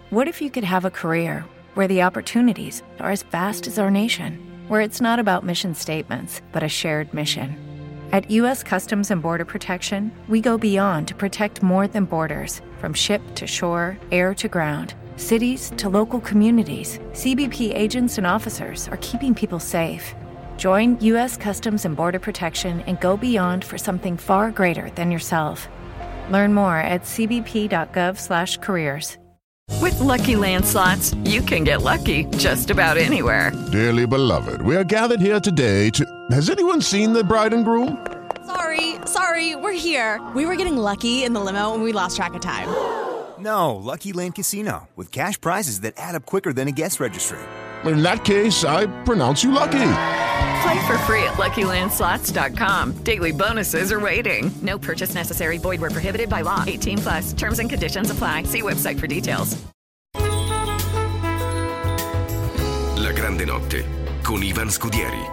What if you could have a career where the opportunities are as vast as our nation, where it's not about mission statements, but a shared mission? At U.S. Customs and Border Protection, we go beyond to protect more than borders. From ship to shore, air to ground, cities to local communities, CBP agents and officers are keeping people safe. Join U.S. Customs and Border Protection and go beyond for something far greater than yourself. Learn more at cbp.gov/careers. With Lucky Land Slots, you can get lucky just about anywhere. Dearly beloved, we are gathered here today to... Has anyone seen the bride and groom? Sorry, we're here. We were getting lucky in the limo and we lost track of time. No, Lucky Land Casino, with cash prizes that add up quicker than a guest registry. In that case, I pronounce you lucky. Play for free at LuckyLandSlots.com. Daily bonuses are waiting. No purchase necessary. Void where prohibited by law. 18+. Terms and conditions apply. See website for details. La grande notte con Ivan Scudieri.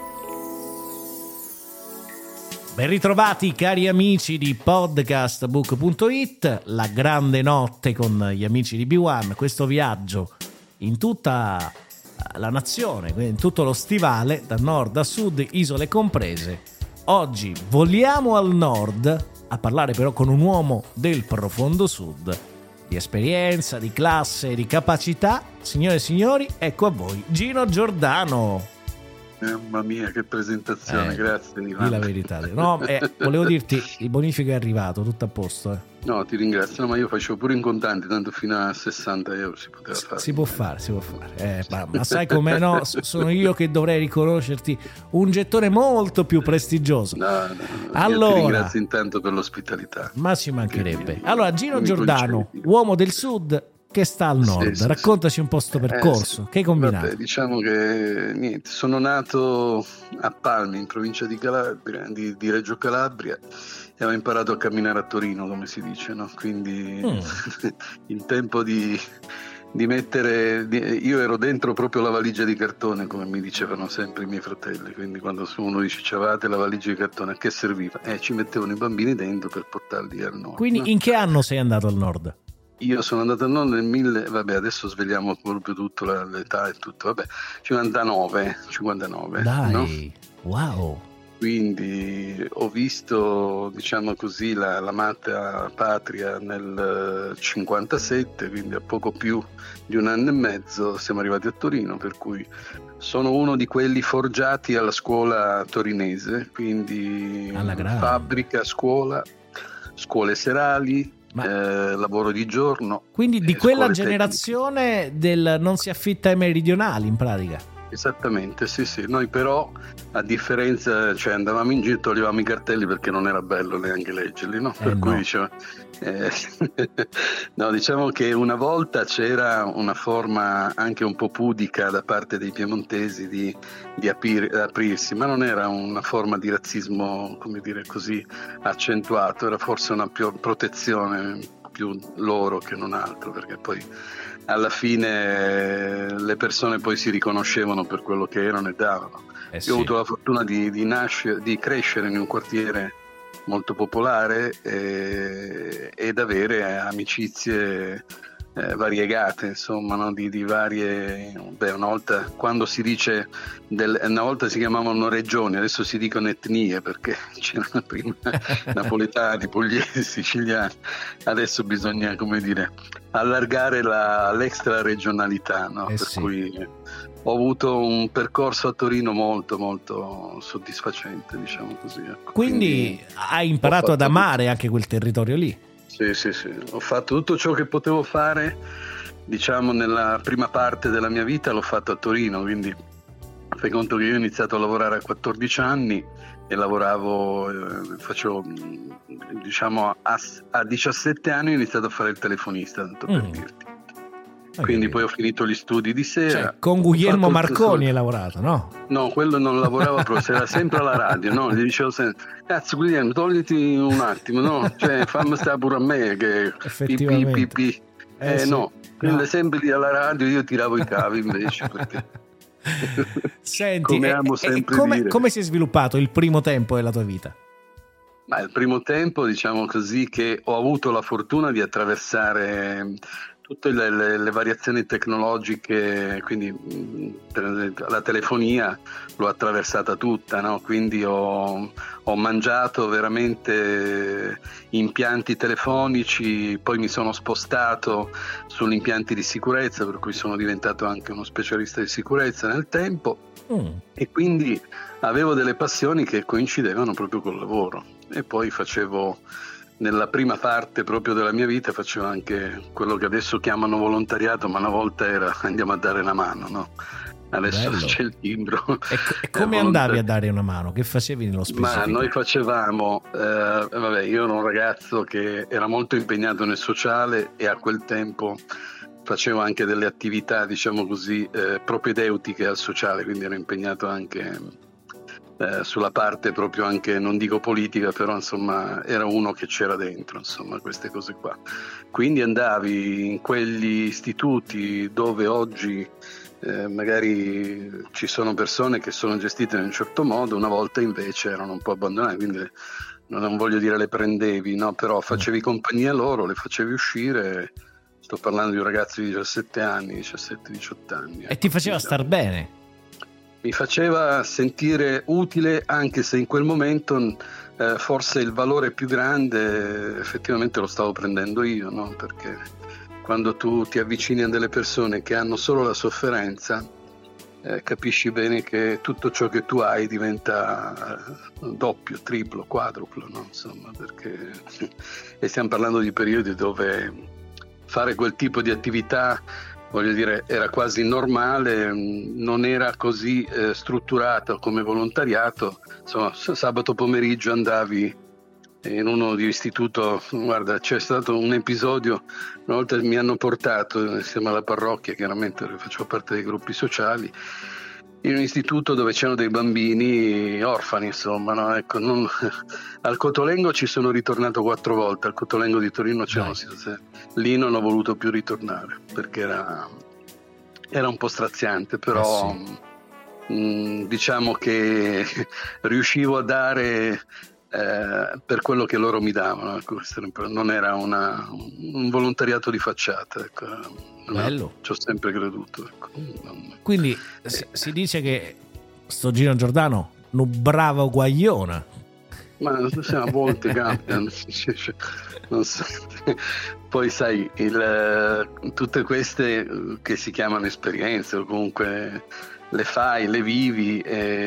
Ben ritrovati cari amici di podcastbook.it, la grande notte con gli amici di B1, questo viaggio in tutta la nazione, in tutto lo stivale, da nord a sud, isole comprese. Oggi voliamo al nord a parlare però con un uomo del profondo sud, di esperienza, di classe, di capacità. Signore e signori, ecco a voi Gino Giordano. Mamma mia, che presentazione, grazie Ivan. Di la verità. No, volevo dirti, il bonifico è arrivato, tutto a posto. No, ti ringrazio, ma io facevo pure in contanti, tanto fino a 60 euro si poteva fare. Si può fare. Ma sai com'è? No, sono io che dovrei riconoscerti un gettone molto più prestigioso. No, allora, ti ringrazio intanto per l'ospitalità. Ma ci mancherebbe. Allora, Gino Giordano, uomo del sud che sta al nord, sì, raccontaci un po' sto percorso, che hai combinato? Vabbè, diciamo che niente, sono nato a Palmi, in provincia di Calabria, di Reggio Calabria, e ho imparato a camminare a Torino, come si dice, no? Quindi il tempo di mettere, io ero dentro proprio la valigia di cartone, come mi dicevano sempre i miei fratelli, quindi quando uno dice c'avete la valigia di cartone, a che serviva? Ci mettevano i bambini dentro per portarli al nord. Quindi no? In che anno sei andato al nord? Io sono andato al nord nel vabbè, adesso svegliamo proprio tutto, l'età e tutto, 59. Dai, no? Wow. Quindi ho visto, diciamo così, l'amata patria nel 57, quindi a poco più di un anno e mezzo siamo arrivati a Torino, per cui sono uno di quelli forgiati alla scuola torinese, quindi fabbrica, scuole serali, lavoro di giorno. Quindi di quella generazione del non si affitta ai meridionali, in pratica. Esattamente, sì. Noi però, a differenza, cioè andavamo in giro, toglievamo i cartelli perché non era bello neanche leggerli, no? Per cui diciamo, no, diciamo che una volta c'era una forma anche un po' pudica da parte dei piemontesi di aprirsi, ma non era una forma di razzismo, come dire così, accentuato, era forse una protezione più loro che non altro, perché poi alla fine le persone poi si riconoscevano per quello che erano e davano. Io ho avuto la fortuna di crescere in un quartiere molto popolare ed avere amicizie variegate, insomma, no? di varie. Una volta, quando si dice una volta si chiamavano regioni, adesso si dicono etnie, perché c'erano prima napoletani, pugliesi, siciliani, adesso bisogna, come dire, allargare l'extra regionalità, no? Cui ho avuto un percorso a Torino molto molto soddisfacente, diciamo così. Quindi hai imparato ad amare anche quel territorio lì. Sì, ho fatto tutto ciò che potevo fare, diciamo, nella prima parte della mia vita l'ho fatto a Torino, quindi fai conto che io ho iniziato a lavorare a 14 anni e facevo, diciamo, a 17 anni ho iniziato a fare il telefonista, tanto per dirti. Quindi poi ho finito gli studi di sera. Cioè, con Guglielmo Marconi hai lavorato, no? No, quello non lavorava proprio, era sempre alla radio, no? Gli dicevo sempre, cazzo Guglielmo, togliti un attimo, no? Cioè, fammi stare pure a me, che effettivamente. No, quindi sempre lì alla radio io tiravo i cavi invece, perché... Senti, come si è sviluppato il primo tempo della tua vita? Ma il primo tempo, diciamo così, che ho avuto la fortuna di attraversare tutte le variazioni tecnologiche, quindi la telefonia l'ho attraversata tutta, no? Quindi ho mangiato veramente impianti telefonici, poi mi sono spostato sugli impianti di sicurezza, per cui sono diventato anche uno specialista di sicurezza nel tempo, e quindi avevo delle passioni che coincidevano proprio col lavoro. E poi nella prima parte proprio della mia vita facevo anche quello che adesso chiamano volontariato, ma una volta era andiamo a dare una mano, no? Adesso Bello. c'è il timbro. E come andavi a dare una mano? Che facevi nello specifico? Ma noi facevamo, io ero un ragazzo che era molto impegnato nel sociale, e a quel tempo facevo anche delle attività, diciamo così, propedeutiche al sociale, quindi ero impegnato anche sulla parte proprio anche, non dico politica, però insomma era uno che c'era dentro, insomma, queste cose qua. Quindi andavi in quegli istituti dove oggi magari ci sono persone che sono gestite in un certo modo, una volta invece erano un po' abbandonate, quindi non voglio dire le prendevi, no? Però facevi compagnia loro, le facevi uscire. Sto parlando di un ragazzo di 17 anni, 17-18 anni. E ti faceva star bene? Mi faceva sentire utile, anche se in quel momento forse il valore più grande effettivamente lo stavo prendendo io, no? Perché quando tu ti avvicini a delle persone che hanno solo la sofferenza, capisci bene che tutto ciò che tu hai diventa doppio, triplo, quadruplo, no? Insomma, perché e stiamo parlando di periodi dove fare quel tipo di attività, voglio dire, era quasi normale, non era così strutturato come volontariato. Insomma, sabato pomeriggio andavi in uno di istituto. Guarda, c'è stato un episodio, una volta mi hanno portato insieme alla parrocchia, chiaramente facevo parte dei gruppi sociali, in un istituto dove c'erano dei bambini orfani, insomma, no? Ecco, al Cotolengo ci sono ritornato 4 volte, al Cotolengo di Torino c'erano situazioni, lì non ho voluto più ritornare perché era un po' straziante, però diciamo che riuscivo a dare per quello che loro mi davano, ecco, non era un volontariato di facciata, ecco. Bello. Ci ho sempre creduto, ecco. Quindi si dice che sto Gino Giordano un bravo guagliona. Ma a volte capita, non so. Poi sai, tutte queste che si chiamano esperienze, o comunque le fai, le vivi,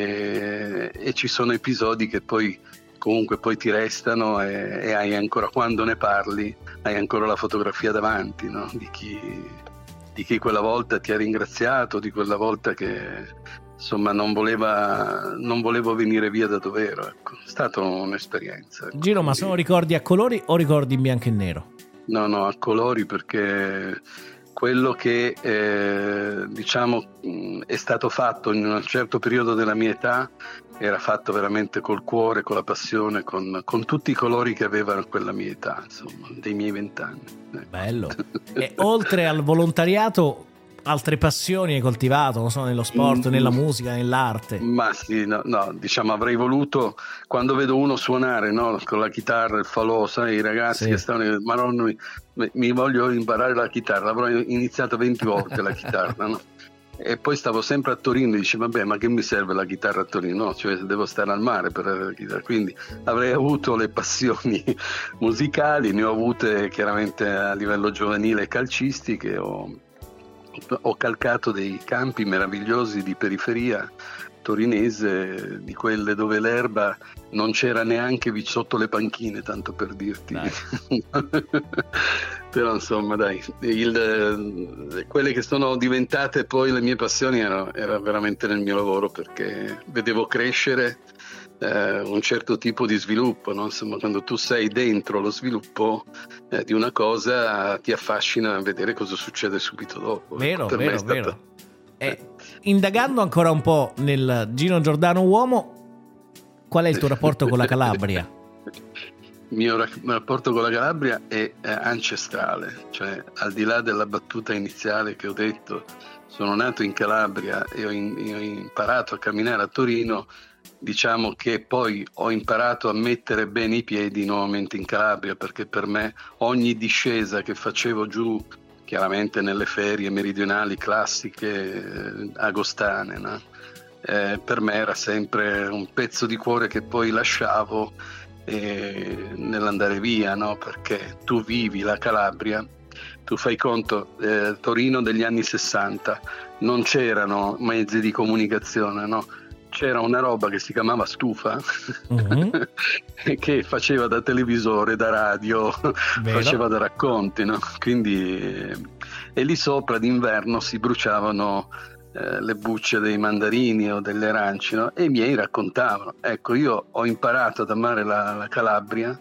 e ci sono episodi che poi comunque poi ti restano, e hai ancora, quando ne parli, hai ancora la fotografia davanti, no? Di chi quella volta ti ha ringraziato, di quella volta che insomma non volevo venire via da dove ero, ecco. È stata un'esperienza, ecco. Gino, ma sono ricordi a colori o ricordi in bianco e nero? No, a colori, perché quello che diciamo è stato fatto in un certo periodo della mia età era fatto veramente col cuore, con la passione, con tutti i colori che aveva quella mia età, insomma, dei miei 20 anni. Bello. E oltre al volontariato, altre passioni hai coltivato, non so, nello sport, nella musica, nell'arte? Ma sì, no, diciamo, avrei voluto, quando vedo uno suonare, no, con la chitarra, il falò, sai, i ragazzi che stanno, ma non, mi voglio imparare la chitarra, avrò iniziato 20 volte la chitarra, no? E poi stavo sempre a Torino e dici, vabbè, ma che mi serve la chitarra a Torino? No, cioè devo stare al mare per avere la chitarra. Quindi avrei avuto le passioni musicali, ne ho avute chiaramente a livello giovanile e calcistiche, ho calcato dei campi meravigliosi di periferia torinese, di quelle dove l'erba non c'era neanche sotto le panchine, tanto per dirti. Però insomma dai, quelle che sono diventate poi le mie passioni era veramente nel mio lavoro, perché vedevo crescere un certo tipo di sviluppo, no? Insomma, quando tu sei dentro lo sviluppo di una cosa, ti affascina vedere cosa succede subito dopo. Vero, Per me è stata... vero. Indagando ancora un po' nel Gino Giordano uomo, qual è il tuo rapporto con la Calabria? Il mio rapporto con la Calabria è ancestrale, cioè al di là della battuta iniziale che ho detto, sono nato in Calabria e ho imparato a camminare a Torino. Diciamo che poi ho imparato a mettere bene i piedi nuovamente in Calabria, perché per me ogni discesa che facevo giù chiaramente nelle ferie meridionali classiche agostane, no? Per me era sempre un pezzo di cuore che poi lasciavo nell'andare via, no? Perché tu vivi la Calabria, tu fai conto, Torino degli anni 60, non c'erano mezzi di comunicazione, no? C'era una roba che si chiamava stufa, che faceva da televisore, da radio, Vero. faceva da racconti, no? Quindi, e lì sopra d'inverno si bruciavano le bucce dei mandarini o delle arance, no? E i miei raccontavano. Ecco, io ho imparato ad amare la Calabria,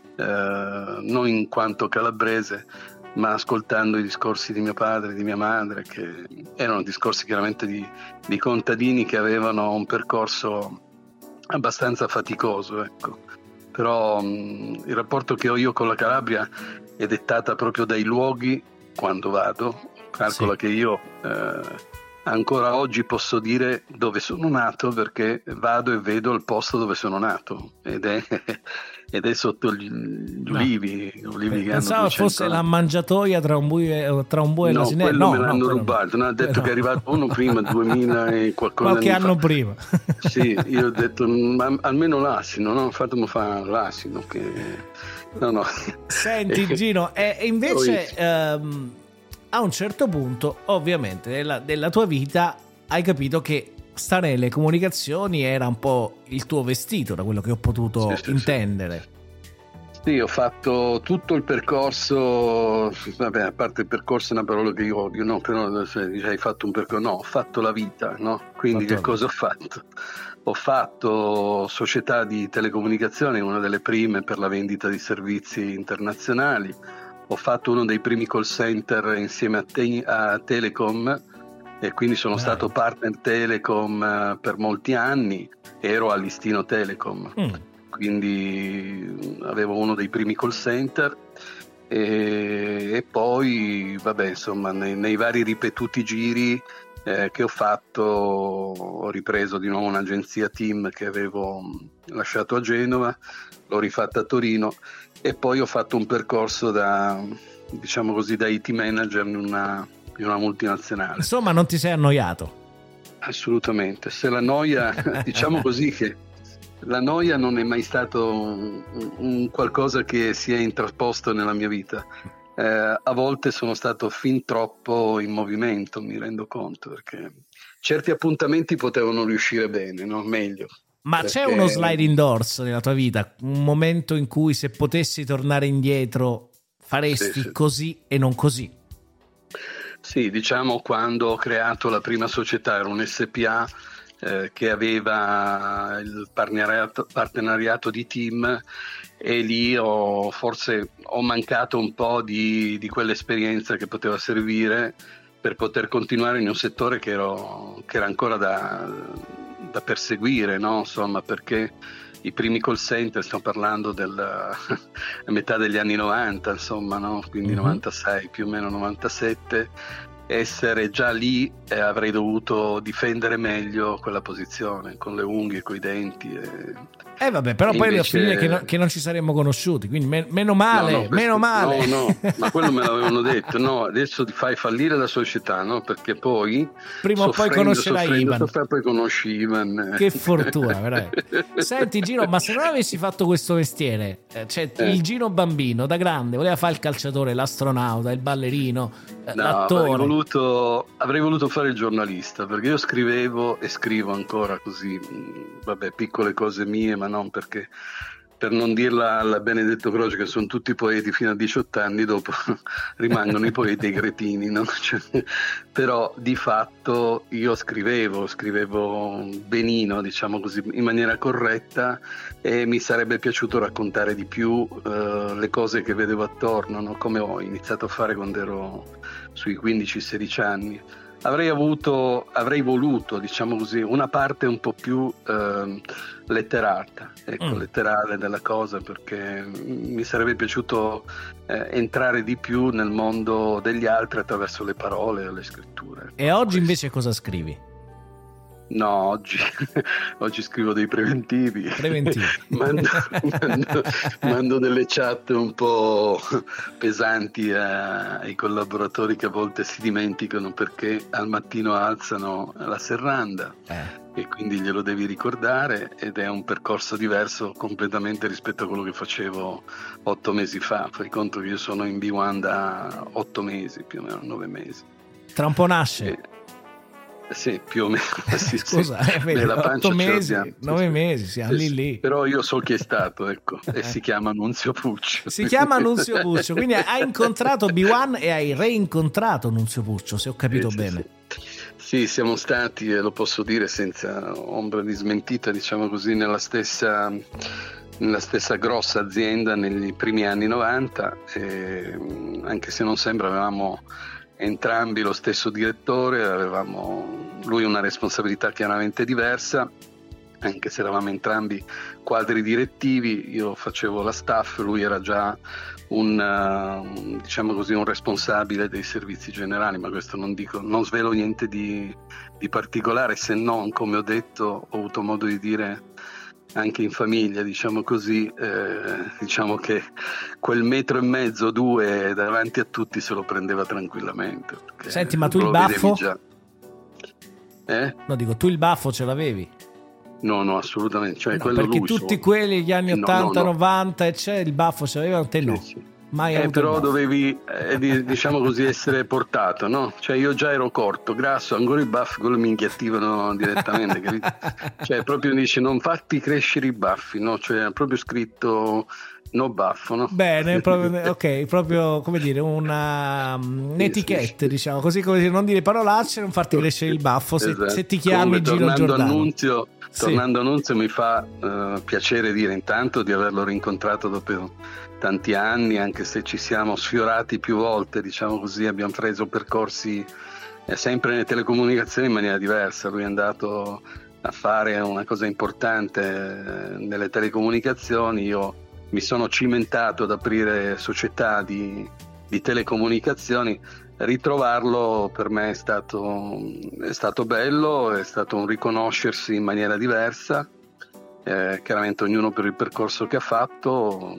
non in quanto calabrese, ma ascoltando i discorsi di mio padre, di mia madre, che erano discorsi chiaramente di contadini che avevano un percorso abbastanza faticoso, ecco. Però il rapporto che ho io con la Calabria è dettata proprio dai luoghi quando vado. Calcola che io ancora oggi posso dire dove sono nato, perché vado e vedo il posto dove sono nato, ed è sotto gli ulivi. Pensavo fosse la mangiatoia tra un bue e l'asinello. Quello me l'hanno rubato, no? Ha detto che è arrivato uno prima, 2000 e qualcosa. Qualche anno prima. Sì, io ho detto almeno l'asino, no? Fatemi fare l'asino che... no. Senti Gino, e invece a un certo punto ovviamente della tua vita hai capito che stare nelle comunicazioni era un po' il tuo vestito, da quello che ho potuto intendere. Sì, ho fatto tutto il percorso, vabbè, a parte il percorso è una parola che io odio, no? Però hai fatto un percorso, no, ho fatto la vita, no? Quindi che cosa ho fatto? Ho fatto società di telecomunicazioni, una delle prime per la vendita di servizi internazionali. Ho fatto uno dei primi call center insieme a Telecom, e quindi sono stato partner Telecom per molti anni, ero a listino Telecom, quindi avevo uno dei primi call center e poi vabbè, insomma, nei vari ripetuti giri che ho fatto, ho ripreso di nuovo un'agenzia team che avevo lasciato a Genova, l'ho rifatta a Torino e poi ho fatto un percorso da IT manager in una multinazionale. Insomma, non ti sei annoiato? Assolutamente. Se la noia, diciamo così, che la noia non è mai stato un qualcosa che si è intrasposto nella mia vita. A volte sono stato fin troppo in movimento, mi rendo conto, perché certi appuntamenti potevano riuscire bene, no? Meglio. Ma c'è uno sliding doors nella tua vita, un momento in cui se potessi tornare indietro faresti così e non così? Sì, diciamo quando ho creato la prima società, era un SPA che aveva il partenariato di team, e lì forse ho mancato un po' di quell'esperienza che poteva servire per poter continuare in un settore che era ancora da perseguire, no? Insomma, perché i primi call center, stiamo parlando a metà degli anni 90, insomma, no? Quindi 96 più o meno 97, essere già lì avrei dovuto difendere meglio quella posizione con le unghie, coi denti. Vabbè, però poi invece... a finire che non ci saremmo conosciuti, quindi meno male, meno male. No, ma quello me l'avevano detto, no, adesso ti fai fallire la società, no? Perché poi prima o poi conoscerai Ivan. Poi conosci Ivan. Che fortuna, veramente. Senti Gino, ma se non avessi fatto questo mestiere, il Gino bambino da grande voleva fare il calciatore, l'astronauta, il ballerino, l'attore. Avrei voluto fare il giornalista, perché io scrivevo e scrivo ancora così, vabbè, piccole cose mie, ma non perché, per non dirla alla Benedetto Croce, che sono tutti poeti fino a 18 anni, dopo rimangono i poeti e i cretini, no? Però di fatto io scrivevo benino, diciamo così, in maniera corretta, e mi sarebbe piaciuto raccontare di più le cose che vedevo attorno, no? Come ho iniziato a fare quando ero sui 15-16 anni. Avrei voluto, diciamo così, una parte un po' più letterata, letterale della cosa, perché mi sarebbe piaciuto entrare di più nel mondo degli altri attraverso le parole e le scritture. E oggi invece cosa scrivi? No, oggi scrivo dei preventivi. mando delle chat un po' pesanti ai collaboratori che a volte si dimenticano perché al mattino alzano la serranda e quindi glielo devi ricordare, ed è un percorso diverso completamente rispetto a quello che facevo 8 mesi fa. Fai conto che io sono in B1 da 8 mesi, più o meno 9 mesi. Tra un po' nasce. Sì, più o meno. Sì, scusa, la 8 mesi, 9 mesi, siamo lì. Però io so chi è stato, ecco, e si chiama Nunzio Puccio. Si chiama Nunzio Puccio, quindi hai incontrato B1 e hai reincontrato Nunzio Puccio, se ho capito bene. Sì, siamo stati, e lo posso dire senza ombra di smentita, diciamo così, nella stessa grossa azienda negli primi anni 90, anche se non sembra, avevamo entrambi lo stesso direttore, avevamo lui una responsabilità chiaramente diversa, anche se eravamo entrambi quadri direttivi. Io facevo la staff, lui era già diciamo così, un responsabile dei servizi generali, ma questo non svelo niente di particolare, se non, come ho detto, ho avuto modo di dire anche in famiglia, diciamo così, diciamo che quel 1,5 metri, 2 davanti a tutti se lo prendeva tranquillamente. Senti, ma tu il baffo? No, dico, tu il baffo ce l'avevi? No, assolutamente. Cioè, no, quello perché lui tutti solo. Quelli degli anni 80, 90 e c'è il baffo ce l'avevano, te no. Sì. Mai però dovevi, diciamo così, essere portato, no? Cioè io già ero corto, grasso, ancora i baffi, quello mi inghiattivano direttamente, capito? Cioè proprio dice non fatti crescere i baffi, no? Cioè proprio scritto no baffo, no? Bene, proprio, ok, proprio come dire un'etichetta, sì. Diciamo così, come dire, non dire parolacce, non farti crescere il baffo, esatto. se ti chiami Gino Giordano. Tornando a Nunzio, mi fa piacere dire intanto di averlo rincontrato dopo tanti anni, anche se ci siamo sfiorati più volte, diciamo così, abbiamo preso percorsi sempre nelle telecomunicazioni in maniera diversa. Lui è andato a fare una cosa importante nelle telecomunicazioni, io mi sono cimentato ad aprire società di telecomunicazioni. Ritrovarlo per me è stato bello, è stato un riconoscersi in maniera diversa, chiaramente ognuno per il percorso che ha fatto,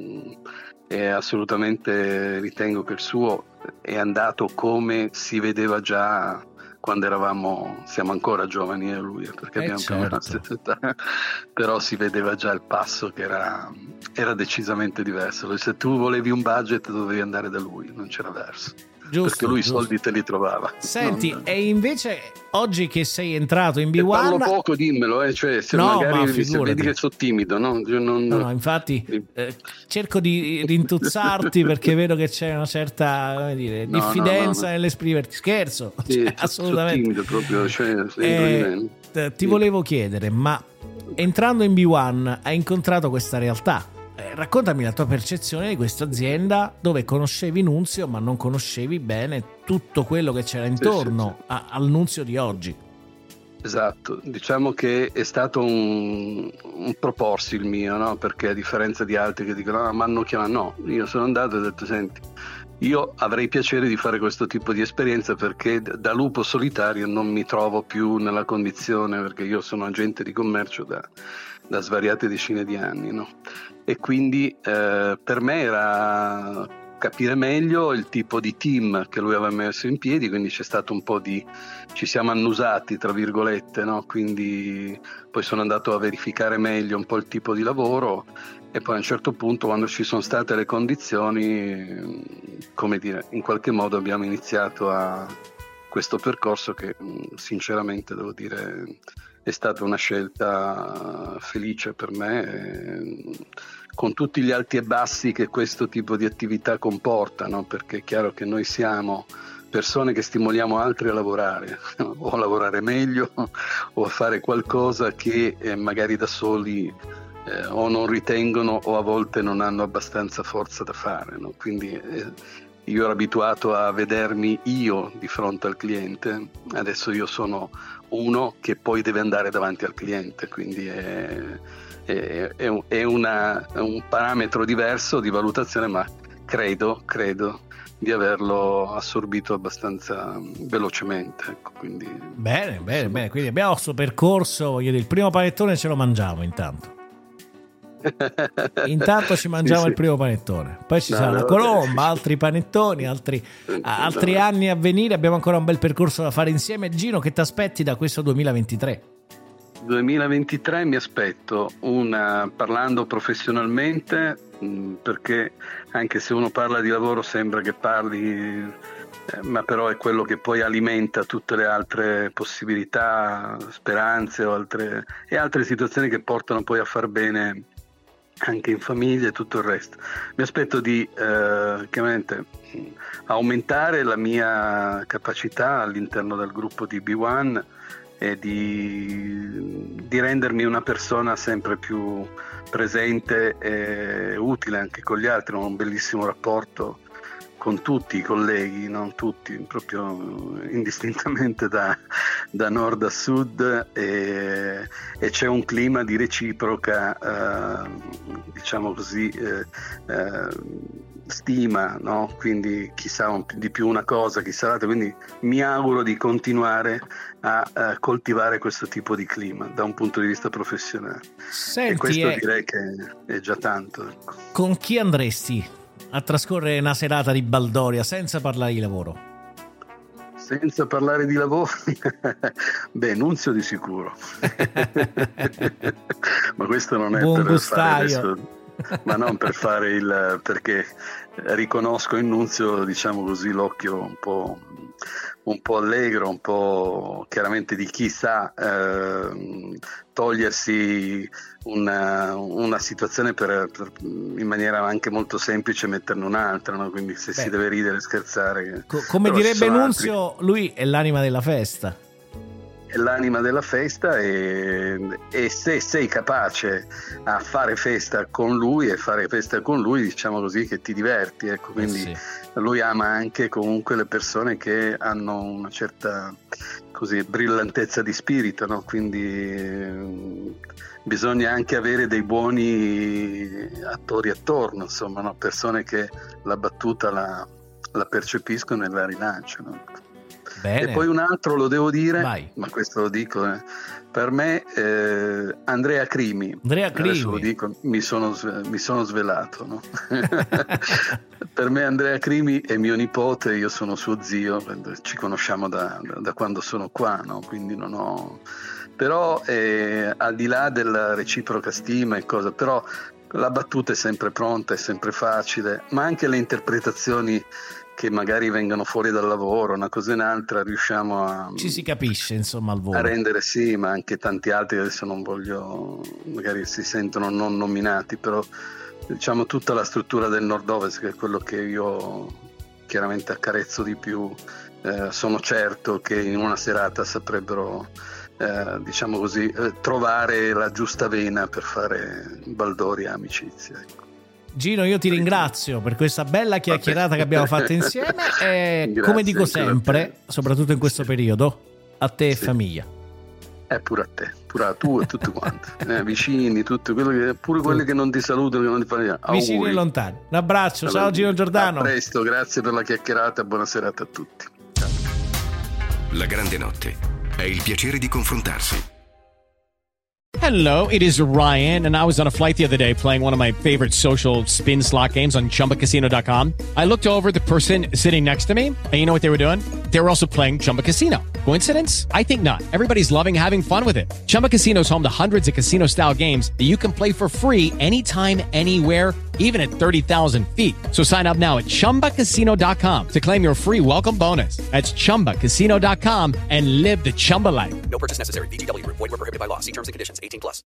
e assolutamente ritengo che il suo è andato come si vedeva già quando siamo ancora giovani lui, perché abbiamo più o meno la stessa età, però si vedeva già il passo che era decisamente diverso. Se tu volevi un budget dovevi andare da lui, non c'era verso. Giusto, perché lui i soldi te li trovava. Senti, e invece oggi che sei entrato in B1, parlo poco, dimmelo, cioè, se no, magari se vedi che sono timido, no? No, infatti cerco di rintuzzarti perché vedo che c'è una certa, come dire, diffidenza nell'esprimerti. Scherzo, sì, cioè, assolutamente. Sono timido proprio, ti volevo chiedere, ma entrando in B1 hai incontrato questa realtà? Raccontami la tua percezione di questa azienda dove conoscevi Nunzio ma non conoscevi bene tutto quello che c'era intorno al Nunzio di oggi. Esatto, diciamo che è stato un proporsi il mio, no? Perché a differenza di altri che dicono ma hanno chiamato, no, io sono andato e ho detto senti, io avrei piacere di fare questo tipo di esperienza perché da lupo solitario non mi trovo più nella condizione, perché io sono agente di commercio da svariate decine di anni, no? E quindi per me era capire meglio il tipo di team che lui aveva messo in piedi, quindi c'è stato un po' ci siamo annusati tra virgolette, no? Quindi poi sono andato a verificare meglio un po' il tipo di lavoro e poi a un certo punto, quando ci sono state le condizioni, come dire, in qualche modo abbiamo iniziato questo percorso che sinceramente devo dire è stata una scelta felice per me, con tutti gli alti e bassi che questo tipo di attività comporta, no? Perché è chiaro che noi siamo persone che stimoliamo altri a lavorare, o a lavorare meglio o a fare qualcosa che magari da soli o non ritengono o a volte non hanno abbastanza forza da fare, no? Quindi io ero abituato a vedermi io di fronte al cliente, adesso io sono uno che poi deve andare davanti al cliente, quindi è un parametro diverso di valutazione, ma credo di averlo assorbito abbastanza velocemente, ecco, quindi bene, quindi abbiamo il suo percorso. Il primo panettone ce lo mangiamo intanto ci mangiamo il primo panettone, poi ci sarà la colomba, altri panettoni, altri anni a venire. Abbiamo ancora un bel percorso da fare insieme. Gino, che ti aspetti da questo 2023? 2023 mi aspetto parlando professionalmente, perché anche se uno parla di lavoro sembra che parli, ma però è quello che poi alimenta tutte le altre possibilità, speranze o altre situazioni che portano poi a far bene anche in famiglia e tutto il resto. Mi aspetto di chiaramente aumentare la mia capacità all'interno del gruppo di B1 e di rendermi una persona sempre più presente e utile anche con gli altri. Ho un bellissimo rapporto con tutti i colleghi, non tutti, proprio indistintamente da nord a sud, e c'è un clima di reciproca diciamo così stima, no? Quindi chi sa di più una cosa, chi sa l'altra, quindi mi auguro di continuare a coltivare questo tipo di clima da un punto di vista professionale. Senti, e questo direi che è già tanto, ecco. Con chi andresti a trascorrere una serata di baldoria senza parlare di lavoro? Senza parlare di lavoro? Beh, Nunzio di sicuro. Ma questo non è buon per gustaio. fare adesso, ma non per fare perché riconosco in Nunzio, diciamo così, l'occhio un po' allegro, un po' chiaramente di chi sa togliersi una situazione in maniera anche molto semplice, metterne un'altra, no? Quindi se si deve ridere e scherzare, come direbbe Nunzio, lui è l'anima della festa. È l'anima della festa, e se sei capace a fare festa con lui diciamo così, che ti diverti, ecco. Quindi sì. Lui ama anche comunque le persone che hanno una certa così brillantezza di spirito, no? Quindi bisogna anche avere dei buoni attori attorno, insomma, no? Persone che la battuta la percepiscono e la rilanciano. Bene. E poi un altro lo devo dire, vai. Ma questo lo dico, per me Andrea Crimi. Adesso lo dico, mi sono svelato, no? Per me Andrea Crimi è mio nipote, io sono suo zio, ci conosciamo da quando sono qua, no? Quindi non ho... Però al di là della reciproca stima e cosa, però la battuta è sempre pronta, è sempre facile, ma anche le interpretazioni che magari vengono fuori dal lavoro, una cosa e un'altra, riusciamo a... Ci si capisce, insomma, al volo. A rendere, sì, ma anche tanti altri, adesso non voglio, magari si sentono non nominati, però diciamo tutta la struttura del nord-ovest, che è quello che io chiaramente accarezzo di più, sono certo che in una serata saprebbero, diciamo così, trovare la giusta vena per fare baldoria, amicizia, ecco. Gino, io ti ringrazio per questa bella chiacchierata che abbiamo fatto insieme e Grazie, come dico sempre, soprattutto in questo periodo, a te e famiglia. Pure a te, pure a tu e tutti quanti, vicini, tutti, pure quelli che non ti salutano, che non ti fanno auguri. Vicini e lontani. Un abbraccio, ciao Gino Giordano. A presto, grazie per la chiacchierata e buona serata a tutti. Ciao. La grande notte è il piacere di confrontarsi. Hello, it is Ryan, and I was on a flight the other day playing one of my favorite social spin slot games on ChumbaCasino.com. I looked over at the person sitting next to me, and you know what they were doing? They were also playing Chumba Casino. Coincidence? I think not. Everybody's loving having fun with it. Chumba Casino is home to hundreds of casino-style games that you can play for free anytime, anywhere, even at 30,000 feet. So sign up now at ChumbaCasino.com to claim your free welcome bonus. That's ChumbaCasino.com and live the Chumba life. No purchase necessary. VGW. Void where prohibited by law. See terms and conditions. 18+.